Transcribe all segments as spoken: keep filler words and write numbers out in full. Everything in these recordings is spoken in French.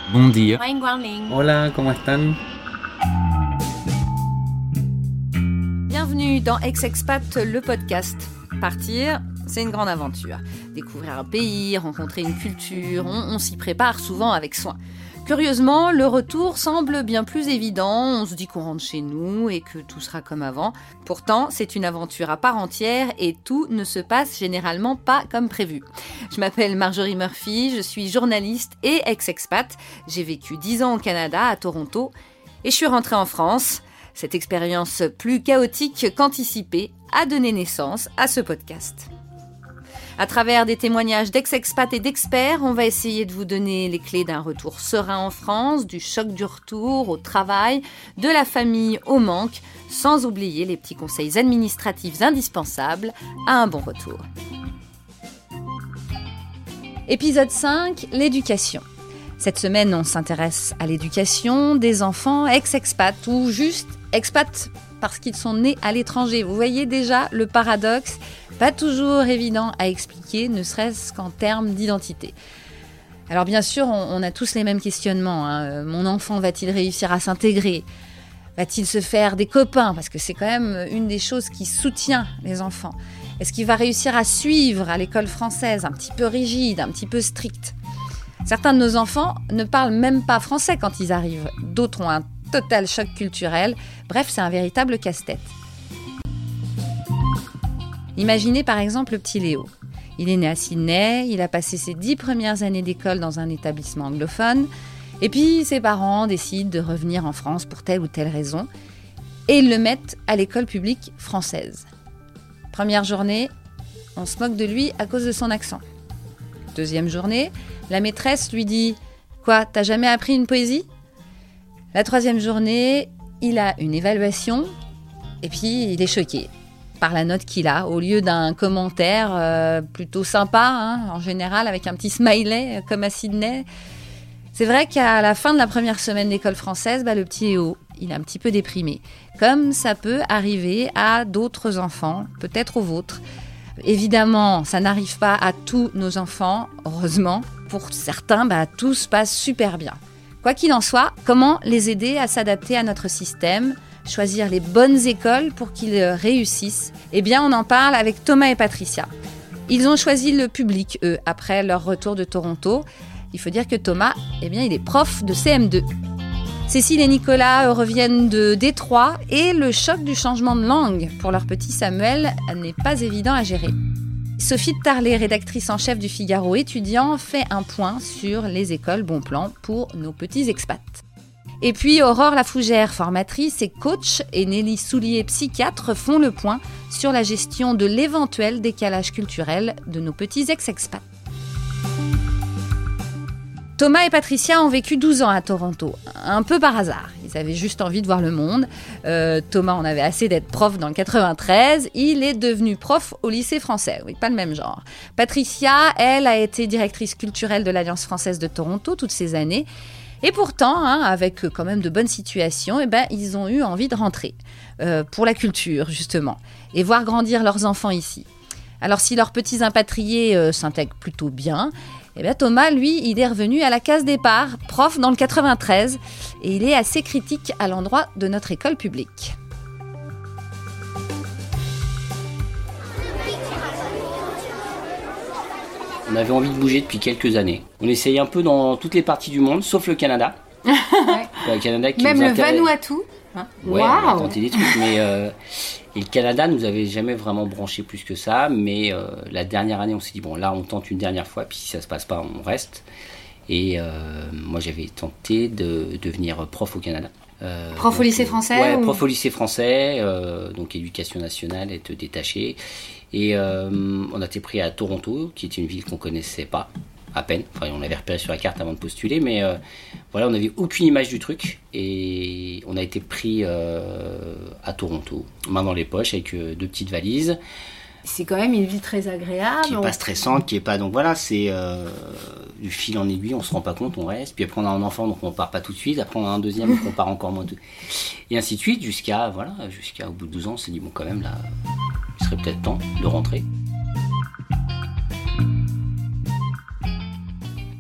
Bon dia. Hola, ¿cómo están? Bienvenue dans Ex-Expat, le podcast. Partir, c'est une grande aventure. Découvrir un pays, rencontrer une culture, on, on s'y prépare souvent avec soin. Curieusement, le retour semble bien plus évident, on se dit qu'on rentre chez nous et que tout sera comme avant. Pourtant, c'est une aventure à part entière et tout ne se passe généralement pas comme prévu. Je m'appelle Marjorie Murphy, je suis journaliste et ex-expat. J'ai vécu dix ans au Canada, à Toronto, et je suis rentrée en France. Cette expérience plus chaotique qu'anticipée a donné naissance à ce podcast. À travers des témoignages d'ex-expats et d'experts, on va essayer de vous donner les clés d'un retour serein en France, du choc du retour au travail, de la famille au manque, sans oublier les petits conseils administratifs indispensables à un bon retour. Épisode cinq, l'éducation. Cette semaine, on s'intéresse à l'éducation des enfants ex-expats ou juste expats parce qu'ils sont nés à l'étranger. Vous voyez déjà le paradoxe, pas toujours évident à expliquer, ne serait-ce qu'en termes d'identité. Alors bien sûr, on, on a tous les mêmes questionnements. Hein. Mon enfant va-t-il réussir à s'intégrer ? Va-t-il se faire des copains ? Parce que c'est quand même une des choses qui soutient les enfants. Est-ce qu'il va réussir à suivre à l'école française, un petit peu rigide, un petit peu stricte ? Certains de nos enfants ne parlent même pas français quand ils arrivent. D'autres ont un total choc culturel. Bref, c'est un véritable casse-tête. Imaginez par exemple le petit Léo. Il est né à Sydney, il a passé ses dix premières années d'école dans un établissement anglophone, et puis ses parents décident de revenir en France pour telle ou telle raison, et ils le mettent à l'école publique française. Première journée, on se moque de lui à cause de son accent. Deuxième journée, la maîtresse lui dit « Quoi, t'as jamais appris une poésie ?» La troisième journée, il a une évaluation, et puis il est choqué par la note qu'il a, au lieu d'un commentaire euh, plutôt sympa, hein, en général, avec un petit smiley, comme à Sydney. C'est vrai qu'à la fin de la première semaine d'école française, bah, le petit Léo, il est un petit peu déprimé. Comme ça peut arriver à d'autres enfants, peut-être aux vôtres. Évidemment, ça n'arrive pas à tous nos enfants, heureusement. Pour certains, bah, tout se passe super bien. Quoi qu'il en soit, comment les aider à s'adapter à notre système ? Choisir les bonnes écoles pour qu'ils réussissent ? Eh bien, on en parle avec Thomas et Patricia. Ils ont choisi le public, eux, après leur retour de Toronto. Il faut dire que Thomas, eh bien, il est prof de C M deux. Cécile et Nicolas reviennent de Détroit et le choc du changement de langue pour leur petit Samuel n'est pas évident à gérer. Sophie de Tarlet, rédactrice en chef du Figaro étudiant, fait un point sur les écoles bon plan pour nos petits expats. Et puis Aurore Lafougère, formatrice et coach, et Nelly Soulier, psychiatre, font le point sur la gestion de l'éventuel décalage culturel de nos petits ex-expats. Thomas et Patricia ont vécu douze ans à Toronto, un peu par hasard. Ils avaient juste envie de voir le monde. Euh, Thomas en avait assez d'être prof dans le quatre-vingt-treize. Il est devenu prof au lycée français. Oui, pas le même genre. Patricia, elle, a été directrice culturelle de l'Alliance française de Toronto toutes ces années. Et pourtant, hein, avec quand même de bonnes situations, eh ben, ils ont eu envie de rentrer euh, pour la culture, justement, et voir grandir leurs enfants ici. Alors, si leurs petits impatriés euh, s'intègrent plutôt bien, eh bien, Thomas, lui, il est revenu à la case départ, prof dans le quatre-vingt-treize, et il est assez critique à l'endroit de notre école publique. On avait envie de bouger depuis quelques années. On essayait un peu dans toutes les parties du monde, sauf le Canada. Ouais. Le Canada qui Même nous le intéresse... Vanuatu. Hein. Ouais, wow. on a tenté des trucs, mais euh, et le Canada nous avait jamais vraiment branché plus que ça. Mais euh, la dernière année, on s'est dit bon, là, on tente une dernière fois, puis si ça se passe pas, on reste. Et euh, moi, j'avais tenté de devenir prof au Canada. Euh, prof donc, au lycée français Ouais, ou... prof au lycée français, euh, donc éducation nationale, être détaché. Et euh, on a été pris à Toronto, qui était une ville qu'on connaissait pas, à peine. Enfin, on l'avait repéré sur la carte avant de postuler, mais euh, voilà, on n'avait aucune image du truc. Et on a été pris euh, à Toronto, main dans les poches, avec euh, deux petites valises. C'est quand même une ville très agréable. Qui n'est pas stressante, qui est pas... Donc voilà, c'est euh, du fil en aiguille, on se rend pas compte, on reste. Puis après, on a un enfant, donc on part pas tout de suite. Après, on a un deuxième, donc on part encore moins. De... Et ainsi de suite, jusqu'à, voilà, jusqu'à au bout de douze ans, on s'est dit, bon, quand même, là, il serait peut-être temps de rentrer.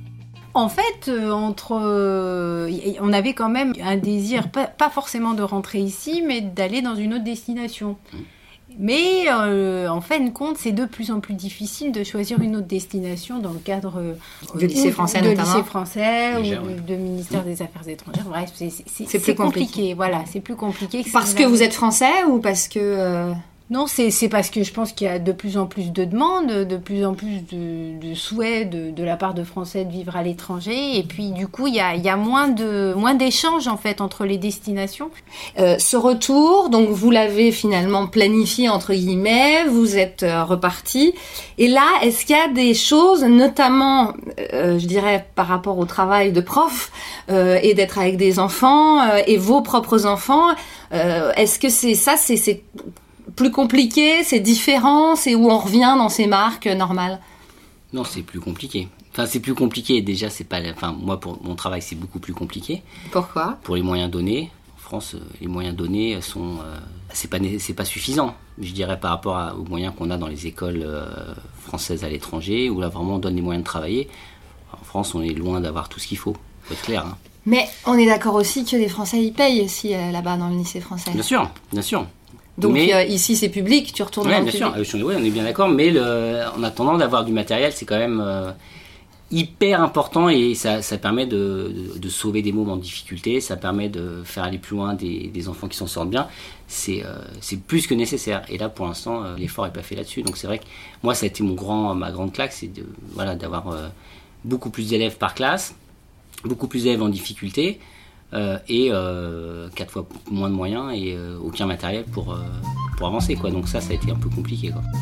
En fait, euh, entre, euh, on avait quand même un désir, pas, pas forcément de rentrer ici, mais d'aller dans une autre destination. Mmh. Mais euh, en fin de compte, c'est de plus en plus difficile de choisir une autre destination dans le cadre euh, du lycée français, de notamment. lycée français Déjà, ou oui. de ministère des Affaires étrangères. Bref, c'est, c'est, c'est, c'est plus c'est compliqué. compliqué. Voilà, c'est plus compliqué. Que parce que vous êtes français ou parce que euh... Non, c'est, c'est parce que je pense qu'il y a de plus en plus de demandes, de plus en plus de, de souhaits de, de la part de Français de vivre à l'étranger. Et puis, du coup, il y a, il y a moins, de, moins d'échanges, en fait, entre les destinations. Euh, ce retour, donc, vous l'avez finalement planifié, entre guillemets, vous êtes euh, reparti. Et là, est-ce qu'il y a des choses, notamment, euh, je dirais, par rapport au travail de prof, euh, et d'être avec des enfants, euh, et vos propres enfants, euh, est-ce que c'est ça, c'est... c'est plus compliqué, c'est différent, c'est où on revient dans ces marques normales? Non, c'est plus compliqué. Enfin, c'est plus compliqué. Déjà, c'est pas. Enfin, moi, pour mon travail, c'est beaucoup plus compliqué. Pourquoi? Pour les moyens donnés. En France, les moyens donnés sont. Euh, c'est pas, c'est pas suffisant. Je dirais par rapport à, aux moyens qu'on a dans les écoles euh, françaises à l'étranger, où là vraiment on donne les moyens de travailler. En France, on est loin d'avoir tout ce qu'il faut. Faut être clair. Hein. Mais on est d'accord aussi que les Français y payent aussi euh, là-bas dans le lycée français. Bien sûr, bien sûr. Donc mais, euh, ici c'est public, tu retournes ouais, dans le bien public. sûr. Oui, on est bien d'accord, mais le, en attendant d'avoir du matériel, c'est quand même euh, hyper important et ça, ça permet de, de, de sauver des moments de difficulté, ça permet de faire aller plus loin des, des enfants qui s'en sortent bien. C'est, euh, c'est plus que nécessaire. Et là, pour l'instant, euh, l'effort n'est pas fait là-dessus. Donc c'est vrai que moi, ça a été mon grand, ma grande claque, c'est de, voilà, d'avoir euh, beaucoup plus d'élèves par classe, beaucoup plus d'élèves en difficulté. Euh, et euh, quatre fois moins de moyens et euh, aucun matériel pour, euh, pour avancer quoi. Donc ça ça a été un peu compliqué quoi.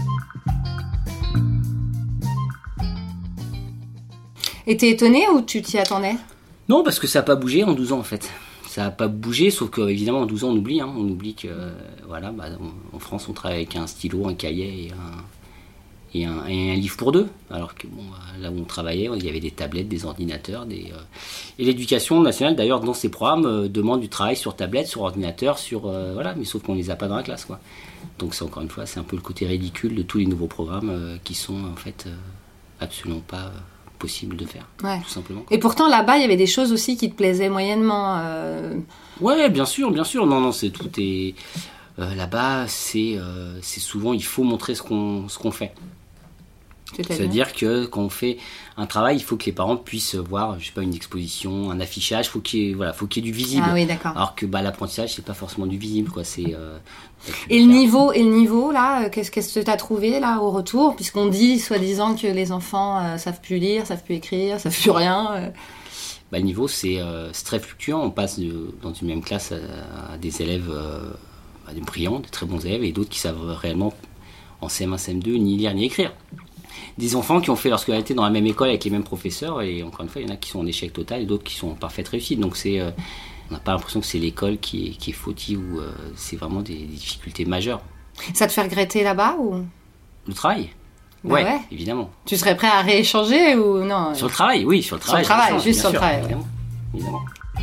Et t'es étonné ou tu t'y attendais? Non, parce que ça n'a pas bougé en douze ans en fait. Ça n'a pas bougé, sauf qu'évidemment en douze ans on oublie hein. On oublie que euh, voilà, bah, on, en France on travaille avec un stylo, un cahier et un Et un, et un livre pour deux, alors que bon, là où on travaillait, il y avait des tablettes, des ordinateurs, des, euh... et l'éducation nationale d'ailleurs dans ses programmes euh, demande du travail sur tablette, sur ordinateur, sur euh, voilà, mais sauf qu'on les a pas dans la classe quoi. Donc c'est encore une fois, c'est un peu le côté ridicule de tous les nouveaux programmes euh, qui sont en fait euh, absolument pas euh, possibles de faire, ouais. Tout simplement. Et pourtant là-bas, il y avait des choses aussi qui te plaisaient moyennement. Euh... Ouais, bien sûr, bien sûr. Non, non, c'est tout est euh, là-bas, c'est euh, c'est souvent il faut montrer ce qu'on ce qu'on fait. C'est-à-dire, C'est-à-dire que quand on fait un travail, il faut que les parents puissent voir, je sais pas, une exposition, un affichage, faut qu'il y ait, voilà, faut qu'il y ait du visible. Ah oui, d'accord. Alors que bah, l'apprentissage, c'est pas forcément du visible, quoi. C'est. Euh, et le niveau, et le niveau là, qu'est-ce qu'est-ce que t'as trouvé là au retour, puisqu'on dit soi-disant que les enfants euh, savent plus lire, savent plus écrire, savent plus rien. Euh... Bah, le niveau, c'est, euh, c'est très fluctuant. On passe de, dans une même classe à, à des élèves euh, bah, des brillants, des très bons élèves, et d'autres qui savent réellement en C M un, C M deux ni lire ni écrire. Des enfants qui ont fait leur scolarité dans la même école avec les mêmes professeurs et encore une fois il y en a qui sont en échec total et d'autres qui sont en parfaite réussite, donc c'est euh, on n'a pas l'impression que c'est l'école qui est, qui est fautive ou euh, c'est vraiment des, des difficultés majeures. Ça te fait regretter là-bas ou le travail? Bah ouais, ouais, évidemment. Tu serais prêt à rééchanger ou non? Sur le travail, oui, sur le travail. Sur le travail, juste sur sûr, le travail. Évidemment. évidemment.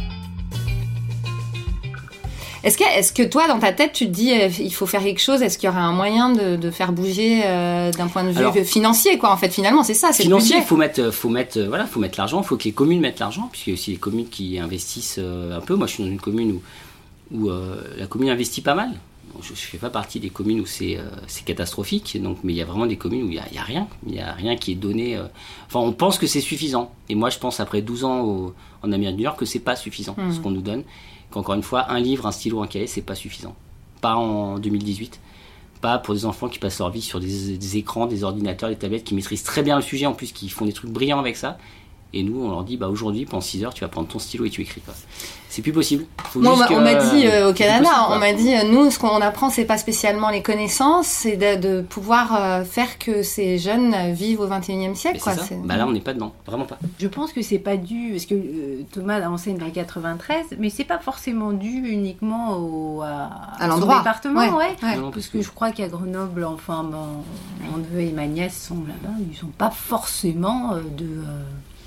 Est-ce que, est-ce que toi, dans ta tête, tu te dis euh, il faut faire quelque chose? Est-ce qu'il y aurait un moyen de, de faire bouger euh, d'un point de vue Alors, financier, quoi? En fait, finalement, c'est ça. C'est financier, il faut mettre, faut mettre, euh, voilà, faut mettre l'argent. Il faut que les communes mettent l'argent, puisqu'il y a aussi les communes qui investissent euh, un peu. Moi, je suis dans une commune où, où euh, la commune investit pas mal. Je ne fais pas partie des communes où c'est, euh, c'est catastrophique, donc, mais il y a vraiment des communes où il n'y a, a rien. Il n'y a rien qui est donné. Euh, enfin, on pense que c'est suffisant. Et moi, je pense, après douze ans au, en Amérique du Nord, que ce n'est pas suffisant, mmh. ce qu'on nous donne. Qu'encore une fois, un livre, un stylo, un cahier, c'est pas suffisant. Pas en deux mille dix-huit. Pas pour des enfants qui passent leur vie sur des, des écrans, des ordinateurs, des tablettes, qui maîtrisent très bien le sujet, en plus, qui font des trucs brillants avec ça. Et nous, on leur dit, bah aujourd'hui, pendant six heures, tu vas prendre ton stylo et tu écris, quoi. C'est plus possible. Faut Moi, juste on que, m'a dit euh, au Canada, possible, on m'a dit, euh, nous, ce qu'on apprend, c'est pas spécialement les connaissances, c'est de, de pouvoir euh, faire que ces jeunes vivent au vingt et unième siècle, quoi. C'est ça. C'est... Bah là, on n'est pas dedans, vraiment pas. Je pense que c'est pas dû, parce que euh, Thomas enseigne dans le quatre-vingt-treize, mais c'est pas forcément dû uniquement au, à, à l'endroit. Son département, ouais. ouais. ouais. Non, parce que je crois qu'à Grenoble, enfin, mon, mon neveu et ma nièce sont là-bas, ils sont pas forcément euh, de. Euh,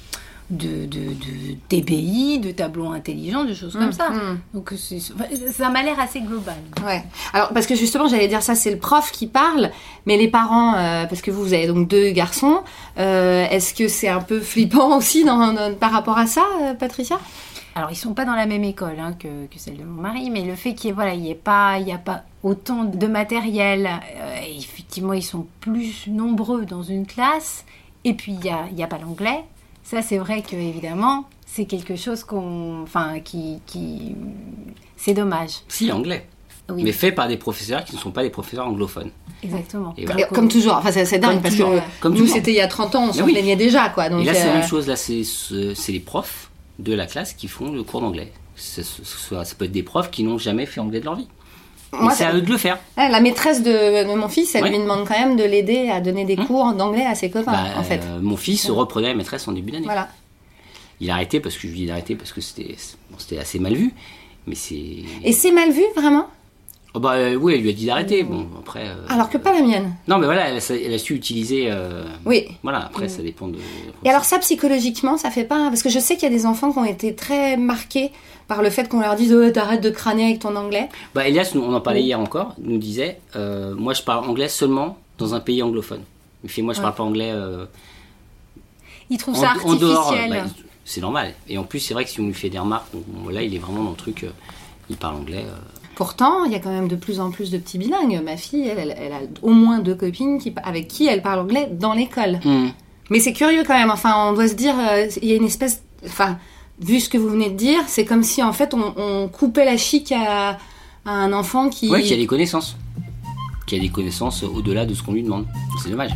de, de, de D B I, de tableaux intelligents, de choses mmh, comme ça. Mmh. Donc c'est, ça m'a l'air assez global. Ouais. Alors parce que justement j'allais dire ça, c'est le prof qui parle, mais les parents, euh, parce que vous, vous avez donc deux garçons, euh, est-ce que c'est un peu flippant aussi dans, dans, par rapport à ça, euh, Patricia ? Alors ils sont pas dans la même école hein, que, que celle de mon mari, mais le fait qu'il y ait, voilà, il y ait pas, il y a pas autant de matériel, euh, effectivement ils sont plus nombreux dans une classe, et puis il y a, il y a pas l'anglais. Ça, c'est vrai que évidemment, c'est quelque chose qu'on, enfin, qui, qui, c'est dommage. Si, anglais, oui. Mais fait par des professeurs qui ne sont pas des professeurs anglophones. Exactement. Et voilà. Comme toujours. Enfin, c'est, c'est dingue comme parce toujours, que comme nous, c'était il y a trente ans, on s'en plaignait oui. déjà, quoi. Donc, et là, euh... c'est la même chose. Là, c'est, c'est les profs de la classe qui font le cours d'anglais. C'est, ça, ça peut être des profs qui n'ont jamais fait anglais de leur vie. Moi, c'est à eux de le faire. La maîtresse de, de mon fils, elle ouais. lui demande quand même de l'aider à donner des mmh. cours d'anglais à ses copains, bah, en fait. Euh, mon fils ouais. reprenait la maîtresse en début d'année. Voilà. Il a arrêté parce que je lui ai dit d'arrêter parce que c'était, bon, c'était assez mal vu. Mais c'est... Et c'est mal vu, vraiment ? Oh bah euh, oui, elle lui a dit d'arrêter. Bon, après. Euh, alors que pas la mienne. Non, mais voilà, elle, elle a su utiliser. Euh, oui. Voilà, après, mmh. ça dépend de. Et alors, ça, psychologiquement, ça fait pas. Parce que je sais qu'il y a des enfants qui ont été très marqués par le fait qu'on leur dise oh, t'arrêtes de crâner avec ton anglais. Bah, Elias, on en parlait mmh. hier encore, nous disait euh, moi, je parle anglais seulement dans un pays anglophone. Il fait moi, je ouais. parle pas anglais. Euh, il trouve ça en, artificiel. En dehors, bah, c'est normal. Et en plus, c'est vrai que si on lui fait des remarques, on, là, il est vraiment dans le truc. Euh, il parle anglais. Euh, Pourtant, il y a quand même de plus en plus de petits bilingues. Ma fille, elle, elle, elle a au moins deux copines qui, avec qui elle parle anglais dans l'école. Mmh. Mais c'est curieux quand même. Enfin, on doit se dire, euh, il y a une espèce... Enfin, vu ce que vous venez de dire, c'est comme si, en fait, on, on coupait la chic à, à un enfant qui... Oui, qui a des connaissances. Qui a des connaissances au-delà de ce qu'on lui demande. C'est dommage.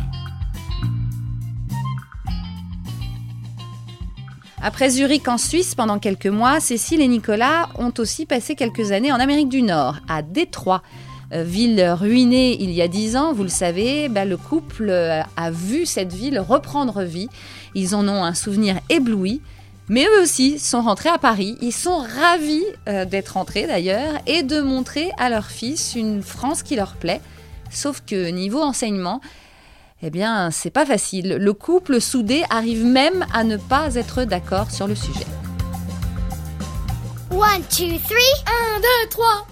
Après Zurich en Suisse, pendant quelques mois, Cécile et Nicolas ont aussi passé quelques années en Amérique du Nord, à Détroit. Euh, ville ruinée il y a dix ans, vous le savez, bah, le couple a vu cette ville reprendre vie. Ils en ont un souvenir ébloui. Mais eux aussi sont rentrés à Paris. Ils sont ravis euh, d'être rentrés d'ailleurs et de montrer à leur fils une France qui leur plaît. Sauf que niveau enseignement, eh bien, c'est pas facile. Le couple soudé arrive même à ne pas être d'accord sur le sujet. One, two, three. Un, deux, trois.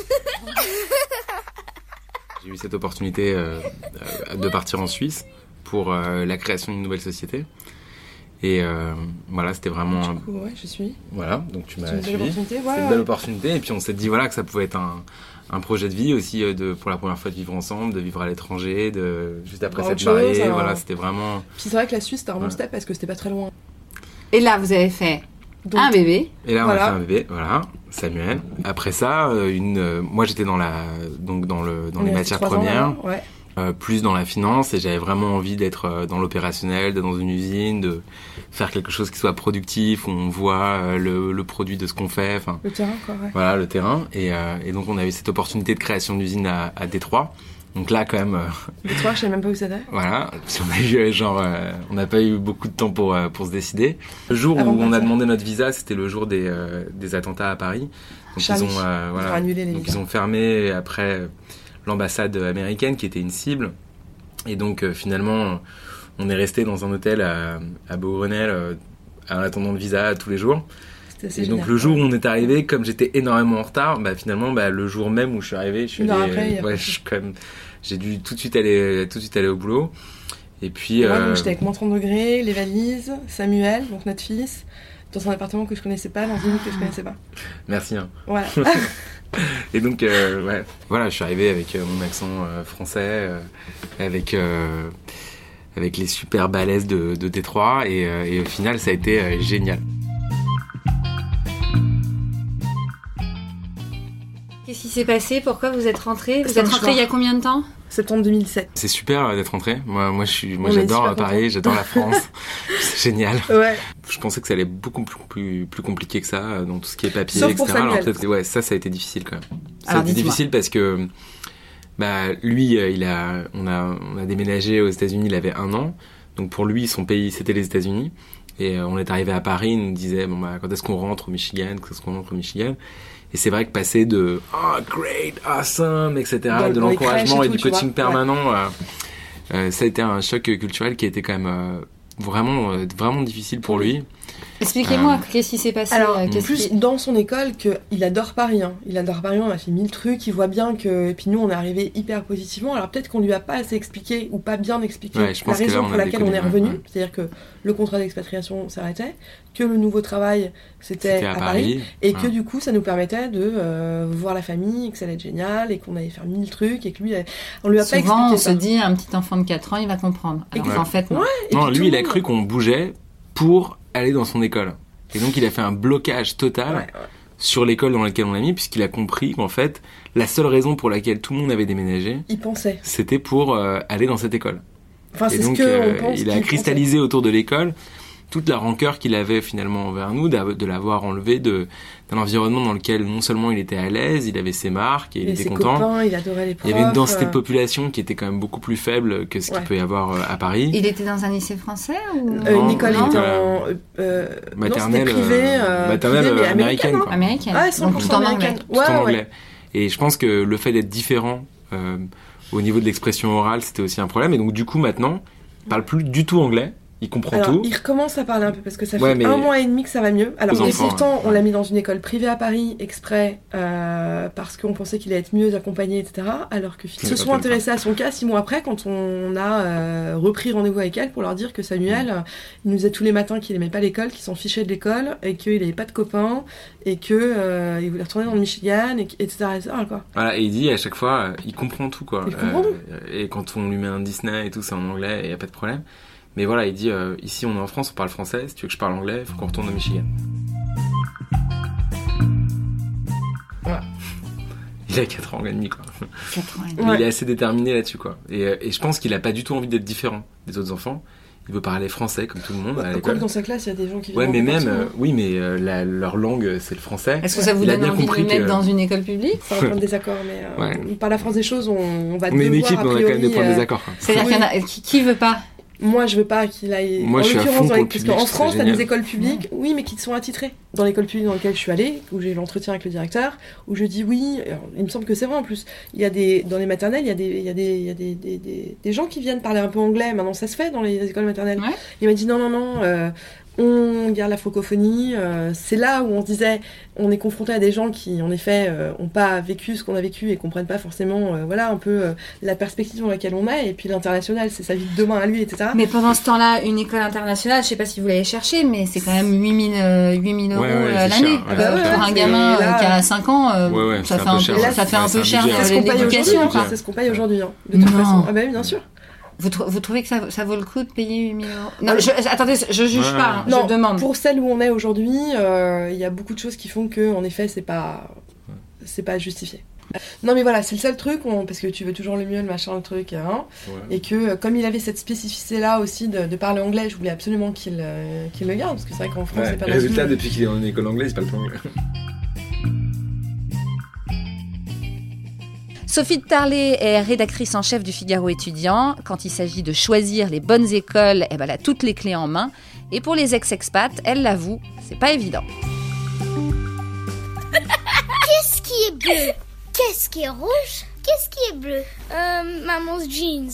J'ai eu cette opportunité euh, de partir en Suisse pour euh, la création d'une nouvelle société. Et euh, voilà, c'était vraiment... Du coup, ouais, je suis. Voilà, donc tu m'as c'est une suivi. Belle opportunité, ouais, c'est une belle opportunité. Et puis on s'est dit voilà, que ça pouvait être un, un projet de vie aussi, de, pour la première fois de vivre ensemble, de vivre à l'étranger, de, juste après s'être mariés. Alors... Voilà, c'était vraiment... Puis c'est vrai que la Suisse, c'était un bon ouais. step parce que c'était pas très loin. Et là, vous avez fait donc, un bébé. Et là, on voilà. a fait un bébé, voilà, Samuel. Après ça, une, moi j'étais dans, la, donc dans, le, dans les matières premières. Ans, ouais. Euh, plus dans la finance et j'avais vraiment envie d'être euh, dans l'opérationnel, d'être dans une usine, de faire quelque chose qui soit productif, où on voit euh, le, le produit de ce qu'on fait. Enfin, le terrain, quoi, ouais. Voilà, le terrain. Et, euh, et donc, on avait cette opportunité de création d'usine à, à Détroit. Donc là, quand même... Euh, Détroit, je savais même pas où c'était. Voilà. On a eu, genre, euh, on n'a pas eu beaucoup de temps pour, euh, pour se décider. Le jour Avant où on a demandé notre visa, c'était le jour des, euh, des attentats à Paris. Donc, Charlie. ils ont, euh, voilà, annulé les donc ils ont fermé après... l'ambassade américaine qui était une cible et donc euh, finalement on est resté dans un hôtel à, à Beaugrenelle euh, en attendant le visa tous les jours et génial. Donc le jour où on est arrivé, comme j'étais énormément en retard, bah, finalement bah, le jour même où je suis arrivé je suis allé, après, ouais, je, quand même, j'ai dû tout de suite aller, tout de suite aller au boulot et puis et euh... moi donc, j'étais avec mon trente degrés, les valises, Samuel, donc notre fils, dans un appartement que je connaissais pas, dans une ville que je connaissais pas. Merci hein. Voilà. Et donc, euh, ouais, voilà, je suis arrivé avec euh, mon accent euh, français, euh, avec, euh, avec les super balèzes de, de Détroit, et, euh, et au final, ça a été euh, génial. Qu'est-ce qui s'est passé ? Pourquoi vous êtes rentré ? Vous êtes rentré il y a combien de temps ? Septembre deux mille sept. C'est super d'être rentré. Moi, moi, je suis, moi, j'adore Paris, j'adore la France. C'est génial. Ouais. Je pensais que ça allait être beaucoup plus, plus, plus compliqué que ça dans tout ce qui est papier, Sauf et cetera. Pour Samuel. Alors peut-être, ouais, ça, ça a été difficile quand même. Ça Alors, a été dites-moi. difficile parce que, bah, lui, il a, on a, on a déménagé aux États-Unis. Il avait un an. Donc pour lui, son pays, c'était les États-Unis. Et on est arrivé à Paris. Il nous disait, bon bah, quand est-ce qu'on rentre au Michigan ? Quand est-ce qu'on rentre au Michigan ? Et c'est vrai que passer de oh great, awesome, et cetera, dans, de dans l'encouragement et, et tout, du coaching permanent, ouais. euh, euh, ça a été un choc culturel qui a été quand même euh, vraiment, euh, vraiment difficile pour lui. Expliquez-moi, Euh, qu'est-ce qui s'est passé Alors, euh, qu'est-ce plus qui- dans son école qu'il adore Paris. Hein. Il adore Paris, on a fait mille trucs, il voit bien que... Et puis nous, on est arrivé hyper positivement. Alors peut-être qu'on lui a pas assez expliqué, ou pas bien expliqué, Ouais, je la pense que là, raison on a pour laquelle on déconné, est revenu. ouais. C'est-à-dire que le contrat d'expatriation s'arrêtait, que le nouveau travail, c'était, C'était à, à Paris, Paris. et que Ouais. du coup, ça nous permettait de euh, voir la famille, que ça allait être génial, et qu'on allait faire mille trucs, et que lui, on lui a pas Souvent, on expliqué se ça. dit, un petit enfant de quatre ans, il va comprendre. Alors Ouais. qu'en fait, non. Ouais, et Non, puis tout lui, il le a monde- cru qu'on bougeait pour aller dans son école. Et donc, il a fait un blocage total Ouais, ouais. sur l'école dans laquelle on l'a mis, puisqu'il a compris qu'en fait, la seule raison pour laquelle tout le monde avait déménagé, Il pensait. c'était pour euh, aller dans cette école. Enfin, Et c'est donc, ce que euh, on pense il a qu'il cristallisé autour de l'école toute la rancœur qu'il avait finalement envers nous, d'a- de l'avoir enlevé de, d'un environnement dans lequel non seulement il était à l'aise, il avait ses marques et il Et était ses content. copains, il adorait les profs. Il y avait une densité de euh, population qui était quand même beaucoup plus faible que ce qu'il Ouais. peut y avoir euh, à Paris. Il était dans un lycée français ou... Euh, Non, une école non. était en euh, Maternelle, non, c'était privé, euh, euh, maternelle, privé, mais euh, américaine, américaine, hein. quoi. Américaine. Ah, cent Donc pour tout cent en anglais. américaine. tout Ouais, en ouais. anglais. Et je pense que le fait d'être différent euh, au niveau de l'expression orale, c'était aussi un problème. Et donc du coup maintenant, il parle plus du tout anglais, il comprend Alors, tout. il recommence à parler un peu parce que ça Ouais, fait mais- un mois et demi que ça va mieux. Alors, Aux et enfants, pourtant, ouais. on l'a mis dans une école privée à Paris exprès euh, parce qu'on pensait qu'il allait être mieux accompagné, et cetera. Alors que ils se Ouais, sont pas intéressés à son cas six mois après quand on a euh, repris rendez-vous avec elle pour leur dire que Samuel, euh, il nous disait tous les matins qu'il aimait pas l'école, qu'il s'en fichait de l'école et qu'il avait pas de copains et que euh, il voulait retourner dans le Michigan, et, etc., et cetera quoi. Voilà, et il dit à chaque fois, euh, il comprend tout quoi. Il comprend Et quand on lui met un Disney et tout, c'est en anglais et il y a pas de problème. Mais voilà, il dit euh, ici on est en France, on parle français. Si tu veux que je parle anglais, il faut qu'on retourne au Michigan. Voilà. Il a quatre ans et demi quoi. quatre ans et demi. Mais Ouais. il est assez déterminé là-dessus quoi. Et, euh, et je pense qu'il a pas du tout envie d'être différent des autres enfants. Il veut parler français comme tout le monde à Quoi l'école. que dans sa classe, il y a des gens qui Ouais, viennent mais de même, partout, euh, hein. oui, mais euh, la- leur langue, c'est le français. Est-ce que ça vous Il a donne bien envie de compris le mettre que- dans une école publique? C'est un point de désaccord, mais euh, Ouais. par la France des choses, on, on va On est une devoir, équipe, a mais on a quand même des priori, points de euh, désaccord. quoi. C'est-à-dire Oui. qu'il y en a qui, qui veut pas? Moi, je veux pas qu'il aille. Moi, en je suis à l'occurrence, fond dans pour les- le parce public, qu'en c'est France, t'as génial. des écoles publiques, oui, mais qui te sont attitrées. Dans l'école publique dans laquelle je suis allée, où j'ai eu l'entretien avec le directeur, où je dis oui, alors, il me semble que c'est vrai en plus. Il y a des, dans les maternelles, il y a des, il y a des, il y a des, des, des, des gens qui viennent parler un peu anglais. Maintenant, ça se fait dans les écoles maternelles. Ouais. Il m'a dit non, non, non. Euh, on garde la francophonie. Euh, c'est là où on se disait, on est confronté à des gens qui, en effet, euh, ont pas vécu ce qu'on a vécu et comprennent pas forcément, euh, voilà, un peu euh, la perspective dans laquelle on est. Et puis l'international, c'est sa vie de demain à lui, et cetera. Mais pendant ce temps-là, une école internationale, je sais pas si vous l'avez cherché, mais c'est quand même huit mille, euh, huit mille euros Ouais, ouais, euh, c'est l'année. cher, ouais, Euh, c'est pour cher. un Et gamin là, euh, qui a cinq ans, euh, Ouais, ouais, ça c'est fait un un peu peu, cher. ça fait un Ouais, peu c'est un cher budget. euh, C'est ce qu'on paye l'éducation, aujourd'hui, quoi. c'est ce qu'on paye aujourd'hui, hein, de toute Non. façon. Ah bah oui, bien sûr. Vous, trou- vous trouvez que ça, ça vaut le coup de payer huit mille euros? Non, je, attendez, je juge Ouais. pas, hein, Non, je demande. pour celle où on est aujourd'hui, euh, il y a beaucoup de choses qui font que, en effet, c'est pas, c'est pas justifié. Non mais voilà, c'est le seul truc, on- parce que tu veux toujours le mieux, le machin, le truc, hein, Ouais. et que euh, comme il avait cette spécificité-là aussi de, de parler anglais, je voulais absolument qu'il euh, qu'il le garde, parce que c'est vrai qu'en France, Ouais. c'est pas Résultat, non plus- depuis qu'il est en école anglaise, il parle pas anglais. Sophie de Tarlet est rédactrice en chef du Figaro étudiant. Quand il s'agit de choisir les bonnes écoles, eh ben, elle a toutes les clés en main. Et pour les ex-expats, elle l'avoue, c'est pas évident. Qu'est-ce qui est bleu? Qu'est-ce qui est rouge? Qu'est-ce qui est bleu? Euh, maman's jeans.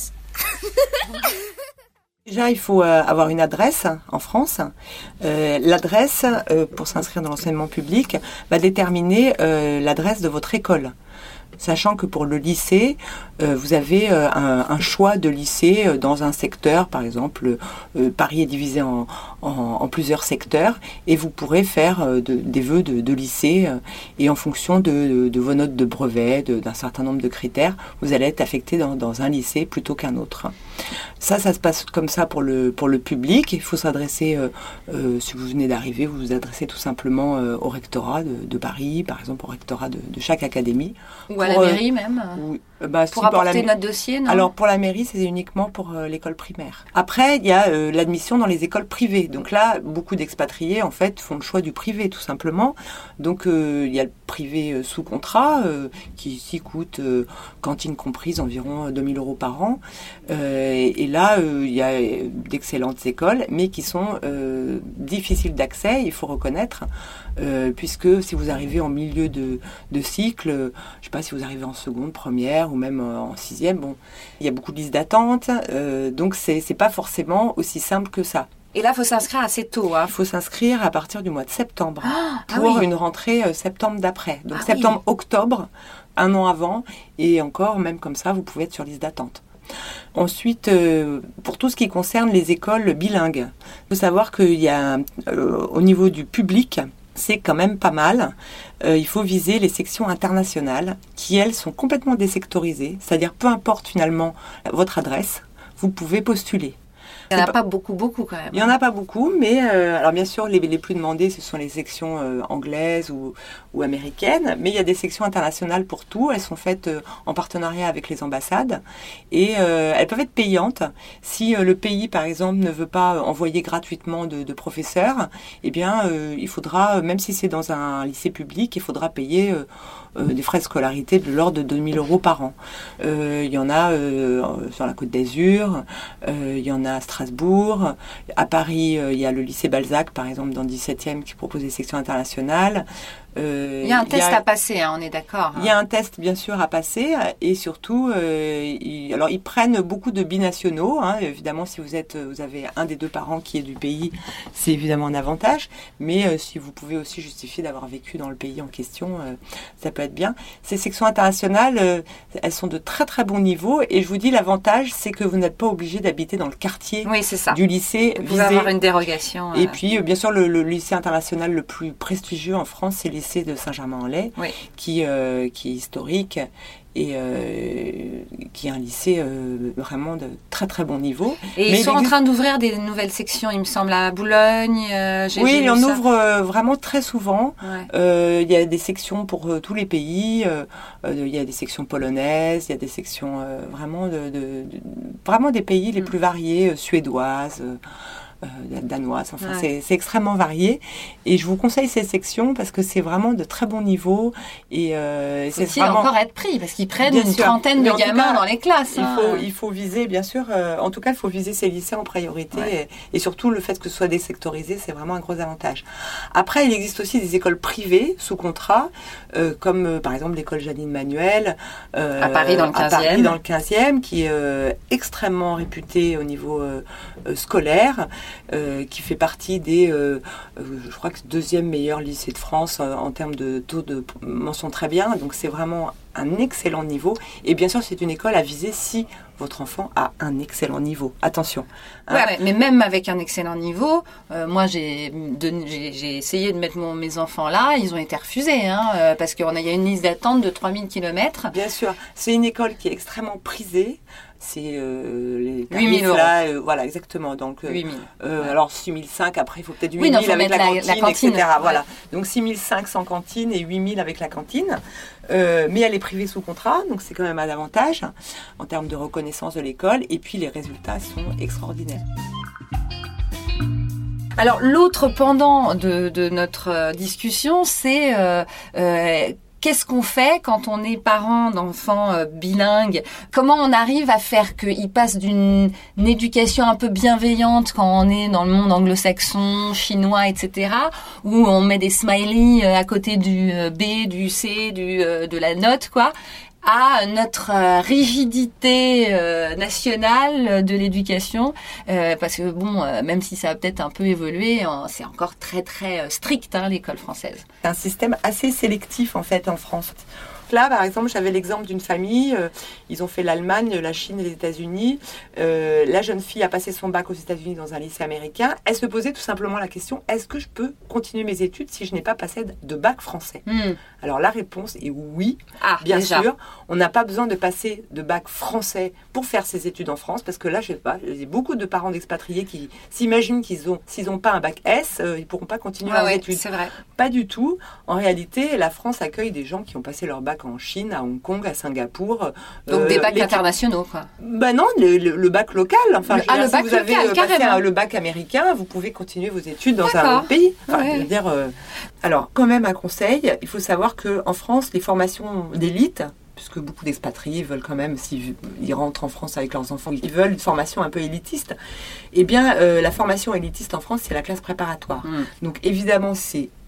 Déjà, il faut euh, avoir une adresse en France. Euh, l'adresse, euh, pour s'inscrire dans l'enseignement public, va déterminer euh, l'adresse de votre école. Sachant que pour le lycée, euh, vous avez euh, un, un choix de lycée euh, dans un secteur. Par exemple, euh, Paris est divisé en, en, en plusieurs secteurs et vous pourrez faire euh, de, des vœux de, de lycée euh, et en fonction de, de, de vos notes de brevet, de, d'un certain nombre de critères, vous allez être affecté dans, dans un lycée plutôt qu'un autre. Ça, ça se passe comme ça pour le, pour le public. Il faut s'adresser, euh, euh, si vous venez d'arriver, vous vous adressez tout simplement euh, au rectorat de, de Paris, par exemple au rectorat de, de chaque académie. Ou à la Pour, euh, mairie même. Ou- bah, Pour si, pour la apporter ma- notre dossier, non? Alors pour la mairie, c'est uniquement pour euh, l'école primaire. Après, il y a euh, l'admission dans les écoles privées. Donc là, beaucoup d'expatriés en fait font le choix du privé tout simplement. Donc euh, il y a le privé euh, sous contrat euh, qui ici coûte euh, cantine comprise environ deux mille euros par an. Euh, et, et là, euh, il y a d'excellentes écoles, mais qui sont euh, difficiles d'accès. Il faut reconnaître. Euh, puisque si vous arrivez en milieu de, de cycle, euh, je sais pas si vous arrivez en seconde, première ou même euh, en sixième, bon, il y a beaucoup de listes d'attente, euh, donc c'est c'est pas forcément aussi simple que ça. Et là, il faut s'inscrire assez tôt. Hein. Il faut s'inscrire à partir du mois de septembre ah, pour ah oui. une rentrée euh, septembre d'après. Donc ah, septembre-octobre, oui. un an avant. Et encore, même comme ça, vous pouvez être sur liste d'attente. Ensuite, euh, pour tout ce qui concerne les écoles bilingues, il faut savoir qu'il y a, euh, au niveau du public, c'est quand même pas mal. Euh, il faut viser les sections internationales qui, elles, sont complètement désectorisées. C'est-à-dire, peu importe finalement votre adresse, vous pouvez postuler. Il n'y en a pas beaucoup, beaucoup quand même. Il n'y en a pas beaucoup, mais euh, alors bien sûr, les, les plus demandées, ce sont les sections euh, anglaises ou, ou américaines, mais il y a des sections internationales pour tout. Elles sont faites euh, en partenariat avec les ambassades et euh, elles peuvent être payantes. Si euh, le pays, par exemple, ne veut pas envoyer gratuitement de, de professeurs, eh bien, euh, il faudra, même si c'est dans un lycée public, il faudra payer euh, euh, des frais de scolarité de l'ordre de deux mille euros par an. Euh, il y en a euh, sur la Côte d'Azur, euh, il y en a à Strasbourg. À Paris, euh, il y a le lycée Balzac, par exemple, dans le dix-septième, qui propose des sections internationales. Euh, il y a un test a, à passer, hein, on est d'accord. Hein. Il y a un test, bien sûr, à passer. Et surtout, euh, ils, alors, ils prennent beaucoup de binationaux. Hein. Évidemment, si vous, êtes, vous avez un des deux parents qui est du pays, c'est évidemment un avantage. Mais euh, si vous pouvez aussi justifier d'avoir vécu dans le pays en question, euh, ça peut être bien. Ces sections internationales, euh, elles sont de très, très bon niveau. Et je vous dis, l'avantage, c'est que vous n'êtes pas obligé d'habiter dans le quartier oui, c'est ça. du lycée. Vous pouvez avoir une dérogation. Euh... Et puis, euh, bien sûr, le, le lycée international le plus prestigieux en France, c'est le lycée de Saint-Germain-en-Laye, oui. qui, euh, qui est historique et euh, qui est un lycée euh, vraiment de très très bon niveau. Et Mais ils sont il existe... en train d'ouvrir des nouvelles sections, il me semble, à Boulogne. Euh, j'ai, oui, j'ai ils en ça. ouvrent euh, vraiment très souvent. Ouais. Euh, il y a des sections pour euh, tous les pays. Euh, euh, il y a des sections polonaises, il y a des sections euh, vraiment de, de, de vraiment des pays les mm. plus variés, euh, suédoises. Euh, Euh, danoise, enfin ouais. c'est, c'est extrêmement varié et je vous conseille ces sections parce que c'est vraiment de très bon niveau et euh, c'est vraiment encore être pris parce qu'ils prennent bien une sûr. trentaine de gamins cas, dans les classes. Il hein. faut il faut viser bien sûr euh, en tout cas il faut viser ces lycées en priorité ouais. et, et surtout le fait que ce soit désectorisé c'est vraiment un gros avantage. Après il existe aussi des écoles privées sous contrat euh, comme euh, par exemple l'école Janine Manuel euh, à Paris dans le quinzième, à Paris dans le quinzième qui est euh, extrêmement réputée au niveau euh, euh, scolaire. Euh, qui fait partie des, euh, euh, je crois que deuxième meilleur lycée de France euh, en termes de taux de mention très bien. Donc c'est vraiment un excellent niveau. Et bien sûr, c'est une école à viser si votre enfant a un excellent niveau. Attention. Hein. Ouais, ouais, mais même avec un excellent niveau, euh, moi j'ai, donné, j'ai, j'ai essayé de mettre mon, mes enfants là, ils ont été refusés, hein, euh, parce qu'il y a une liste d'attente de trois mille kilomètres. Bien sûr, c'est une école qui est extrêmement prisée. C'est euh, les huit mille euros. Là, euh, voilà, exactement. Donc, euh, huit mille. Euh, ouais. Alors, six mille cinq, après, il faut peut-être huit mille oui, avec la, la, cantine, la cantine, et cetera. Ouais. Voilà. Donc, six mille cinq sans cantine et huit mille avec la cantine. Euh, mais elle est privée sous contrat, donc c'est quand même un avantage en termes de reconnaissance de l'école. Et puis, les résultats sont extraordinaires. Alors, l'autre pendant de, de notre discussion, c'est... Euh, euh, Qu'est-ce qu'on fait quand on est parent d'enfants euh, bilingues ? Comment on arrive à faire qu'ils passent d'une éducation un peu bienveillante quand on est dans le monde anglo-saxon, chinois, et cetera, où on met des smileys euh, à côté du euh, B, du C, du euh, de la note, quoi, à notre euh, rigidité euh, nationale de l'éducation, euh, parce que bon, euh, même si ça a peut-être un peu évolué, euh, c'est encore très très euh, strict, hein, l'école française. C'est un système assez sélectif en fait en France. Là, par exemple, j'avais l'exemple d'une famille, euh, ils ont fait l'Allemagne, la Chine et les États-Unis. Euh, la jeune fille a passé son bac aux États-Unis dans un lycée américain. Elle se posait tout simplement la question, est-ce que je peux continuer mes études si je n'ai pas passé de bac français ? mmh. Alors la réponse est oui, ah, bien déjà. sûr. On n'a pas besoin de passer de bac français pour faire ses études en France, parce que là, je sais pas, il y a beaucoup de parents d'expatriés qui s'imaginent qu'ils ont, s'ils n'ont pas un bac S, euh, ils ne pourront pas continuer ah, leurs ouais, études. C'est vrai. Pas du tout. En réalité, la France accueille des gens qui ont passé leur bac en Chine, à Hong Kong, à Singapour. Donc euh, des bacs les... internationaux, quoi. Ben non, le, le, le bac local. Enfin, le, ah, dire, le si bac vous avez local, passé carrément. un, le bac américain, vous pouvez continuer vos études dans D'accord. un autre pays. Enfin, ouais. je veux dire, euh... Alors, quand même, un conseil, il faut savoir qu'en France, les formations d'élite, puisque beaucoup d'expatriés veulent quand même, s'ils ils rentrent en France avec leurs enfants, ils veulent une formation un peu élitiste. Eh bien, euh, la formation élitiste en France, c'est la classe préparatoire. Mm. Donc, évidemment, c'est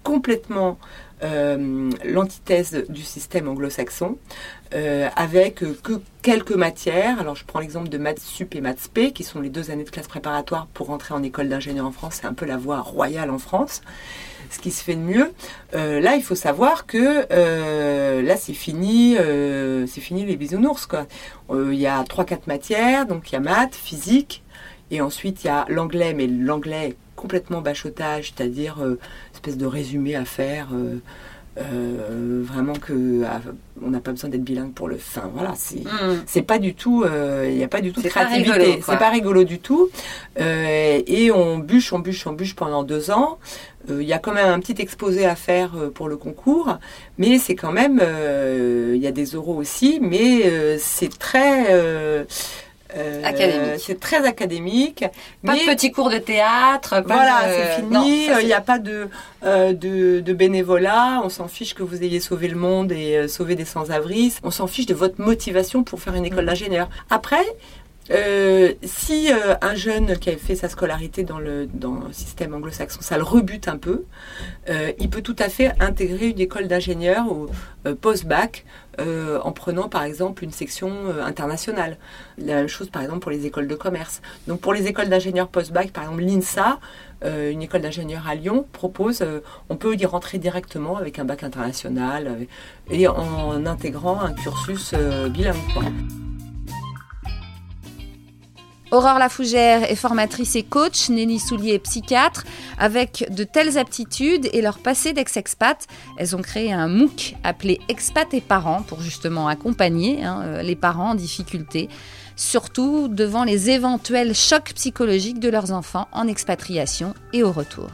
complètement euh, l'antithèse du système anglo-saxon, euh, avec euh, que quelques matières. Alors je prends l'exemple de maths sup et maths spé, qui sont les deux années de classe préparatoire pour rentrer en école d'ingénieur en France. C'est un peu la voie royale en France, ce qui se fait de mieux. Euh, là, il faut savoir que euh, là, c'est fini, euh, c'est fini les bisounours, quoi. Euh, il y a trois quatre matières, donc il y a maths, physique, et ensuite il y a l'anglais, mais l'anglais complètement bachotage, c'est-à-dire euh, espèce de résumé à faire, euh, euh, vraiment que ah, on n'a pas besoin d'être bilingue pour le. Enfin voilà, c'est mmh. c'est pas du tout, il euh, n'y a pas du tout de créativité, pas rigolo, c'est pas rigolo du tout, euh, et on bûche, on bûche, on bûche pendant deux ans. Il euh, y a quand même un petit exposé à faire euh, pour le concours, mais c'est quand même, il euh, y a des oraux aussi, mais euh, c'est très euh, Euh, académique. C'est très académique. Pas mais de petits cours de théâtre. Pas voilà, de... c'est fini. Il n'y c'est... a pas de, euh, de, de bénévolat. On s'en fiche que vous ayez sauvé le monde et euh, sauvé des sans-abri. On s'en fiche de votre motivation pour faire une école mmh. d'ingénieur. Après, euh, si euh, un jeune qui a fait sa scolarité dans le, dans le système anglo-saxon, ça le rebute un peu, euh, il peut tout à fait intégrer une école d'ingénieur ou euh, post-bac euh, en prenant par exemple une section euh, internationale. La même chose par exemple pour les écoles de commerce. Donc pour les écoles d'ingénieurs post-bac, par exemple l'INSA, euh, une école d'ingénieurs à Lyon, propose, euh, on peut y rentrer directement avec un bac international avec, et en, en intégrant un cursus euh, bilingue, quoi. Aurore Lafougère est formatrice et coach, Nelly Soulier est psychiatre. Avec de telles aptitudes et leur passé d'ex-expat, elles ont créé un MOOC appelé Expat et parents pour justement accompagner hein, les parents en difficulté, surtout devant les éventuels chocs psychologiques de leurs enfants en expatriation et au retour.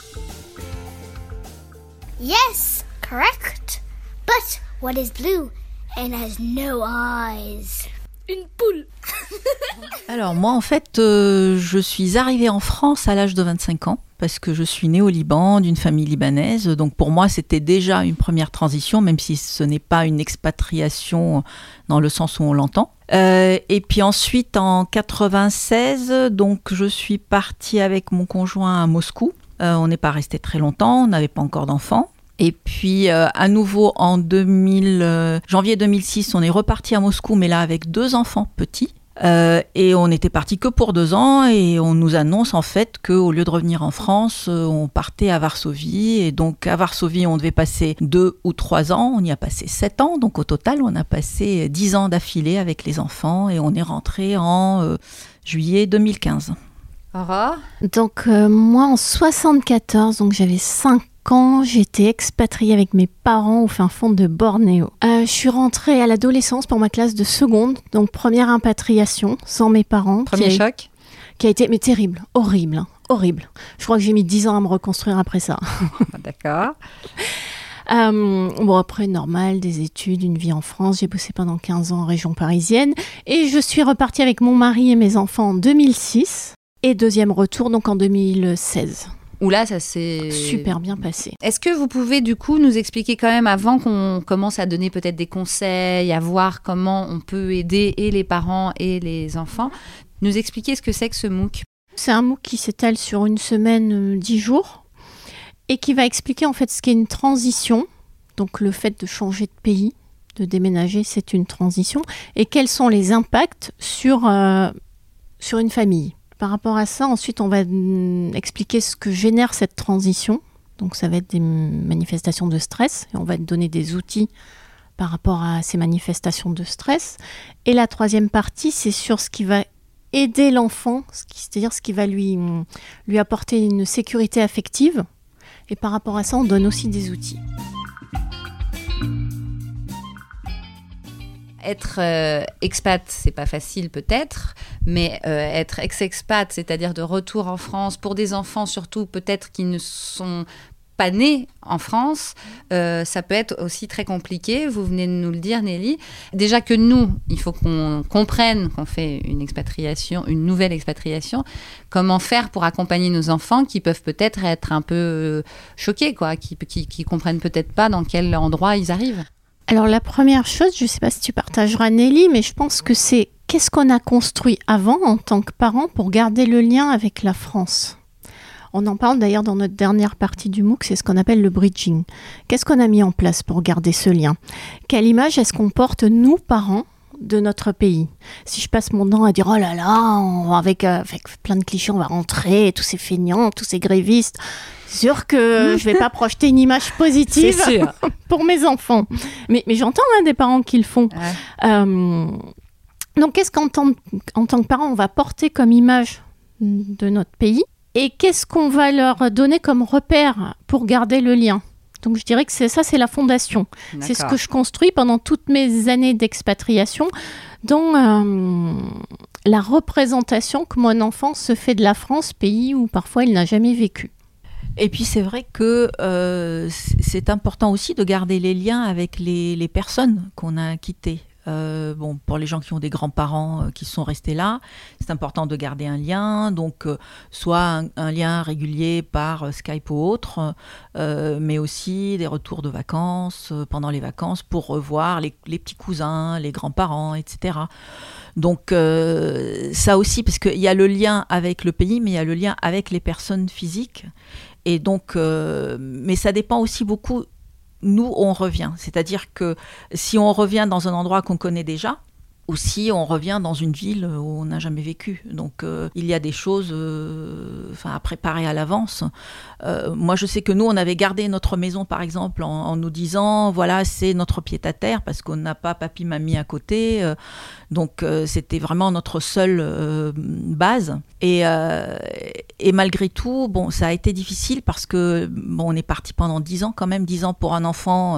Yes, correct. But what is blue and has no eyes? Une poule. Alors moi en fait euh, je suis arrivée en France à l'âge de vingt-cinq ans parce que je suis née au Liban d'une famille libanaise, donc pour moi c'était déjà une première transition même si ce n'est pas une expatriation dans le sens où on l'entend. Euh, et puis ensuite en quatre-vingt-seize donc je suis partie avec mon conjoint à Moscou. Euh, on n'est pas resté très longtemps, on n'avait pas encore d'enfants. Et puis euh, à nouveau en deux mille, euh, janvier deux mille six, on est reparti à Moscou, mais là avec deux enfants petits. Euh, et on n'était parti que pour deux ans et on nous annonce en fait qu'au lieu de revenir en France, euh, on partait à Varsovie. Et donc à Varsovie, on devait passer deux ou trois ans. On y a passé sept ans. Donc au total, on a passé dix ans d'affilée avec les enfants et on est rentré en euh, juillet deux mille quinze. Aurore ? Donc euh, moi en soixante-quatorze, donc j'avais cinq ans, j'étais expatriée avec mes parents au fin fond de Bornéo. Euh, je suis rentrée à l'adolescence pour ma classe de seconde, donc première impatriation sans mes parents. Premier qui a, choc qui a été mais terrible, horrible, hein, horrible. Je crois que j'ai mis dix ans à me reconstruire après ça. D'accord. Euh, bon après normal, des études, une vie en France, j'ai bossé pendant quinze ans en région parisienne et je suis repartie avec mon mari et mes enfants en deux mille six et deuxième retour donc en deux mille seize. Où là, ça s'est super bien passé. Est-ce que vous pouvez du coup nous expliquer quand même, avant qu'on commence à donner peut-être des conseils, à voir comment on peut aider et les parents et les enfants, nous expliquer ce que c'est que ce MOOC? C'est un MOOC qui s'étale sur une semaine, dix jours, et qui va expliquer en fait ce qu'est une transition, donc le fait de changer de pays, de déménager, c'est une transition, et quels sont les impacts sur, euh, sur une famille. Par rapport à ça, ensuite, on va expliquer ce que génère cette transition. Donc, ça va être des manifestations de stress. Et on va te donner des outils par rapport à ces manifestations de stress. Et la troisième partie, c'est sur ce qui va aider l'enfant, c'est-à-dire ce qui va lui, lui apporter une sécurité affective. Et par rapport à ça, on donne aussi des outils. Être euh, expat, c'est pas facile peut-être, mais euh, être ex-expat, c'est-à-dire de retour en France, pour des enfants surtout peut-être qui ne sont pas nés en France, euh, ça peut être aussi très compliqué. Vous venez de nous le dire, Nelly. Déjà que nous, il faut qu'on comprenne qu'on fait une expatriation, une nouvelle expatriation. Comment faire pour accompagner nos enfants qui peuvent peut-être être un peu choqués, quoi, qui, qui, qui comprennent peut-être pas dans quel endroit ils arrivent. Alors la première chose, je ne sais pas si tu partageras Nelly, mais je pense que c'est qu'est-ce qu'on a construit avant en tant que parents pour garder le lien avec la France. On en parle d'ailleurs dans notre dernière partie du MOOC, c'est ce qu'on appelle le bridging. Qu'est-ce qu'on a mis en place pour garder ce lien ? Quelle image est-ce qu'on porte, nous, parents, de notre pays ? Si je passe mon temps à dire « Oh là là, on, avec, euh, avec plein de clichés, on va rentrer, tous ces feignants, tous ces grévistes », c'est sûr que je ne vais pas projeter une image positive pour mes enfants. Mais, mais j'entends hein, des parents qui le font. Ouais. Euh, donc, qu'est-ce qu'en tant, en tant que parents, on va porter comme image de notre pays ? Et qu'est-ce qu'on va leur donner comme repère pour garder le lien ? Donc, je dirais que c'est, ça, c'est la fondation. D'accord. C'est ce que je construis pendant toutes mes années d'expatriation, dont euh, la représentation que mon enfant se fait de la France, pays où parfois il n'a jamais vécu. Et puis c'est vrai que euh, c'est important aussi de garder les liens avec les, les personnes qu'on a quittées. Euh, bon, pour les gens qui ont des grands-parents euh, qui sont restés là, c'est important de garder un lien, donc euh, soit un, un lien régulier par euh, Skype ou autre, euh, mais aussi des retours de vacances euh, pendant les vacances pour revoir les, les petits cousins, les grands-parents, et cetera. Donc euh, ça aussi, parce qu'il y a le lien avec le pays, mais il y a le lien avec les personnes physiques, et donc, euh, mais ça dépend aussi beaucoup. Nous, on revient. C'est-à-dire que si on revient dans un endroit qu'on connaît déjà, ou si on revient dans une ville où on n'a jamais vécu. Donc, euh, il y a des choses euh, à préparer à l'avance. Euh, moi, je sais que nous, on avait gardé notre maison, par exemple, en, en nous disant, voilà, c'est notre pied-à-terre, parce qu'on n'a pas papi-mamie à côté. Euh, donc, euh, c'était vraiment notre seule euh, base. Et, euh, et malgré tout, bon, ça a été difficile parce que bon, on est parti pendant dix ans quand même. dix ans pour un enfant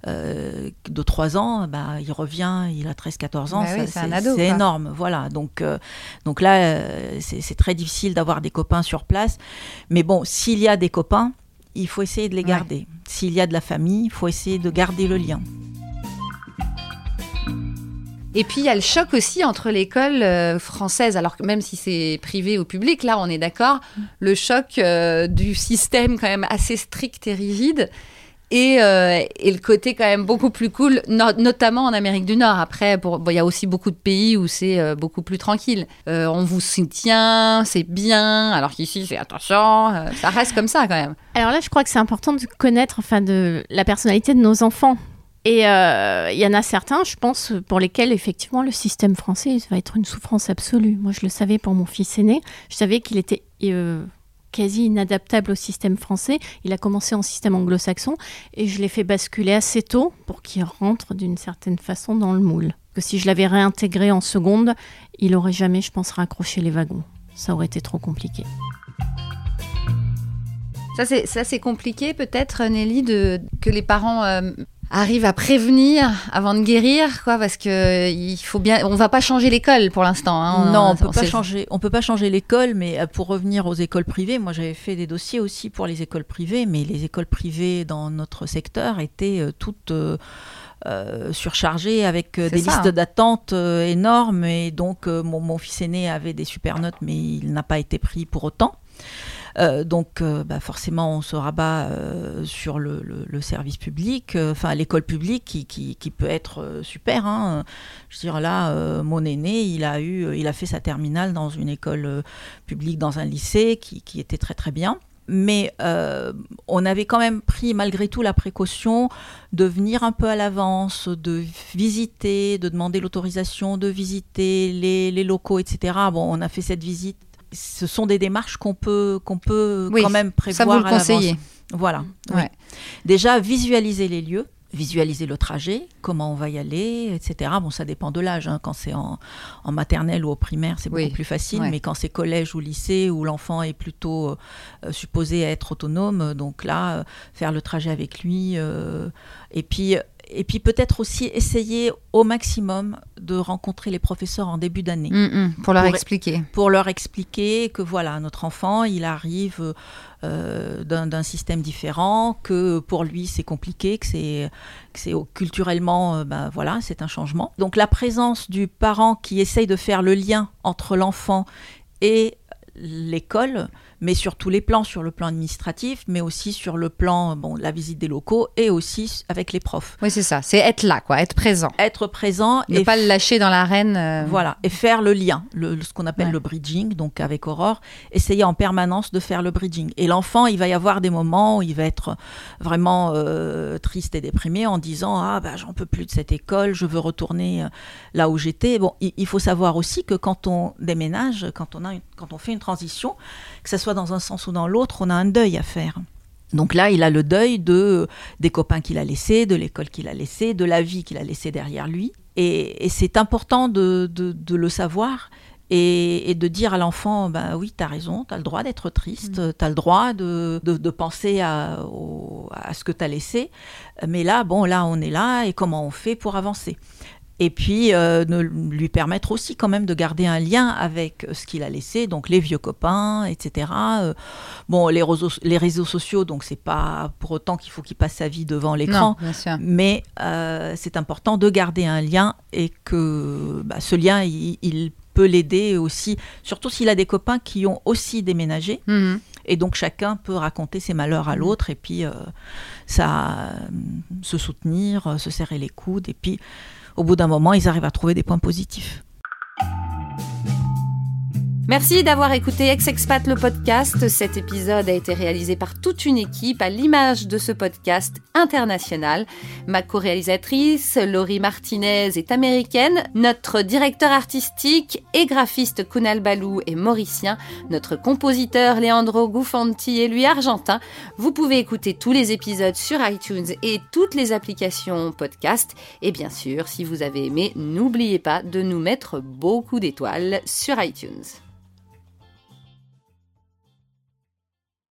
euh, de trois ans, bah, il revient, il a treize quatorze ans. Bah oui, ça, c'est un c'est, ado, c'est quoi. énorme, voilà. Donc, euh, donc là, euh, c'est, c'est très difficile d'avoir des copains sur place. Mais bon, s'il y a des copains, il faut essayer de les garder. Ouais. S'il y a de la famille, il faut essayer de garder le lien. Et puis, il y a le choc aussi entre l'école euh, française, alors que même si c'est privé ou public, là, on est d'accord, le choc euh, du système quand même assez strict et rigide. Et, euh, et le côté quand même beaucoup plus cool, no- notamment en Amérique du Nord. Après, il bon, y a aussi beaucoup de pays où c'est euh, beaucoup plus tranquille. Euh, on vous soutient, c'est bien, alors qu'ici, c'est attention, euh, ça reste comme ça quand même. Alors là, je crois que c'est important de connaître enfin, de, la personnalité de nos enfants. Et il euh, y en a certains, je pense, pour lesquels, effectivement, le système français va être une souffrance absolue. Moi, je le savais pour mon fils aîné. Je savais qu'il était... Euh, quasi inadaptable au système français. Il a commencé en système anglo-saxon et je l'ai fait basculer assez tôt pour qu'il rentre d'une certaine façon dans le moule. Que si je l'avais réintégré en seconde, il n'aurait jamais, je pense, raccroché les wagons. Ça aurait été trop compliqué. Ça, c'est, ça, c'est compliqué peut-être, Nelly, de, que les parents... Euh... arrive à prévenir avant de guérir, quoi, parce que il faut bien, on va pas changer l'école pour l'instant. Hein, non, on peut on pas sait... changer, on peut pas changer l'école, mais pour revenir aux écoles privées, moi j'avais fait des dossiers aussi pour les écoles privées, mais les écoles privées dans notre secteur étaient euh, toutes euh, euh, surchargées avec euh, des ça, listes hein. d'attente euh, énormes, et donc euh, mon, mon fils aîné avait des super notes, mais il n'a pas été pris pour autant. Euh, donc euh, bah forcément on se rabat euh, sur le, le, le service public, enfin euh, l'école publique qui, qui, qui peut être euh, super, hein. Je veux dire là euh, mon aîné il a, eu, il a fait sa terminale dans une école euh, publique, dans un lycée qui, qui était très très bien. Mais euh, on avait quand même pris malgré tout la précaution de venir un peu à l'avance, de visiter, de demander l'autorisation de visiter les, les locaux, et cetera. Bon, on a fait cette visite. Ce sont des démarches qu'on peut, qu'on peut oui, quand même prévoir ça vous le à l'avance. Conseillez. Voilà. Ouais. Oui. Déjà, visualiser les lieux, visualiser le trajet, comment on va y aller, et cetera. Bon, ça dépend de l'âge. Hein. Quand c'est en, en maternelle ou au primaire, c'est beaucoup oui. plus facile. Ouais. Mais quand c'est collège ou lycée, où l'enfant est plutôt euh, supposé être autonome, donc là, euh, faire le trajet avec lui. Euh, et puis... Et puis peut-être aussi essayer au maximum de rencontrer les professeurs en début d'année. Mmh, mmh, pour leur pour, expliquer. Pour leur expliquer que voilà, notre enfant, il arrive euh, d'un, d'un système différent, que pour lui c'est compliqué, que c'est, que c'est culturellement, euh, ben, voilà, c'est un changement. Donc la présence du parent qui essaye de faire le lien entre l'enfant et l'école, mais sur tous les plans, sur le plan administratif, mais aussi sur le plan, bon, la visite des locaux et aussi avec les profs. Oui, c'est ça, c'est être là, quoi, être présent. Être présent. Ne et pas le lâcher dans l'arène. Euh... Voilà, et faire le lien, le, ce qu'on appelle ouais. le bridging, donc avec Aurore, essayer en permanence de faire le bridging. Et l'enfant, il va y avoir des moments où il va être vraiment euh, triste et déprimé en disant « Ah, bah, j'en peux plus de cette école, je veux retourner là où j'étais ». Bon, il, il faut savoir aussi que quand on déménage, quand on, a une, quand on fait une transition, que ce soit dans un sens ou dans l'autre, on a un deuil à faire. Donc là, il a le deuil de, des copains qu'il a laissés, de l'école qu'il a laissée, de la vie qu'il a laissée derrière lui. Et, et c'est important de, de, de le savoir et, et de dire à l'enfant, bah oui, t'as raison, t'as le droit d'être triste, mmh. t'as le droit de, de, de penser à, au, à ce que t'as laissé. Mais là, bon, là, on est là et comment on fait pour avancer ? Et puis, euh, ne, lui permettre aussi quand même de garder un lien avec ce qu'il a laissé, donc les vieux copains, et cetera. Euh, bon, les réseaux, les réseaux sociaux, donc c'est pas pour autant qu'il faut qu'il passe sa vie devant l'écran, non, bien sûr. Mais euh, c'est important de garder un lien et que bah, ce lien, il, il peut l'aider aussi, surtout s'il a des copains qui ont aussi déménagé. Mmh. Et donc, chacun peut raconter ses malheurs à l'autre et puis euh, ça, euh, se soutenir, se serrer les coudes et puis... Au bout d'un moment, ils arrivent à trouver des points positifs. Merci d'avoir écouté Ex-Expat le podcast. Cet épisode a été réalisé par toute une équipe à l'image de ce podcast international. Ma co-réalisatrice, Laurie Martinez, est américaine. Notre directeur artistique et graphiste Kunal Balou est mauricien. Notre compositeur Leandro Gufanti est lui argentin. Vous pouvez écouter tous les épisodes sur iTunes et toutes les applications podcast. Et bien sûr, si vous avez aimé, n'oubliez pas de nous mettre beaucoup d'étoiles sur iTunes.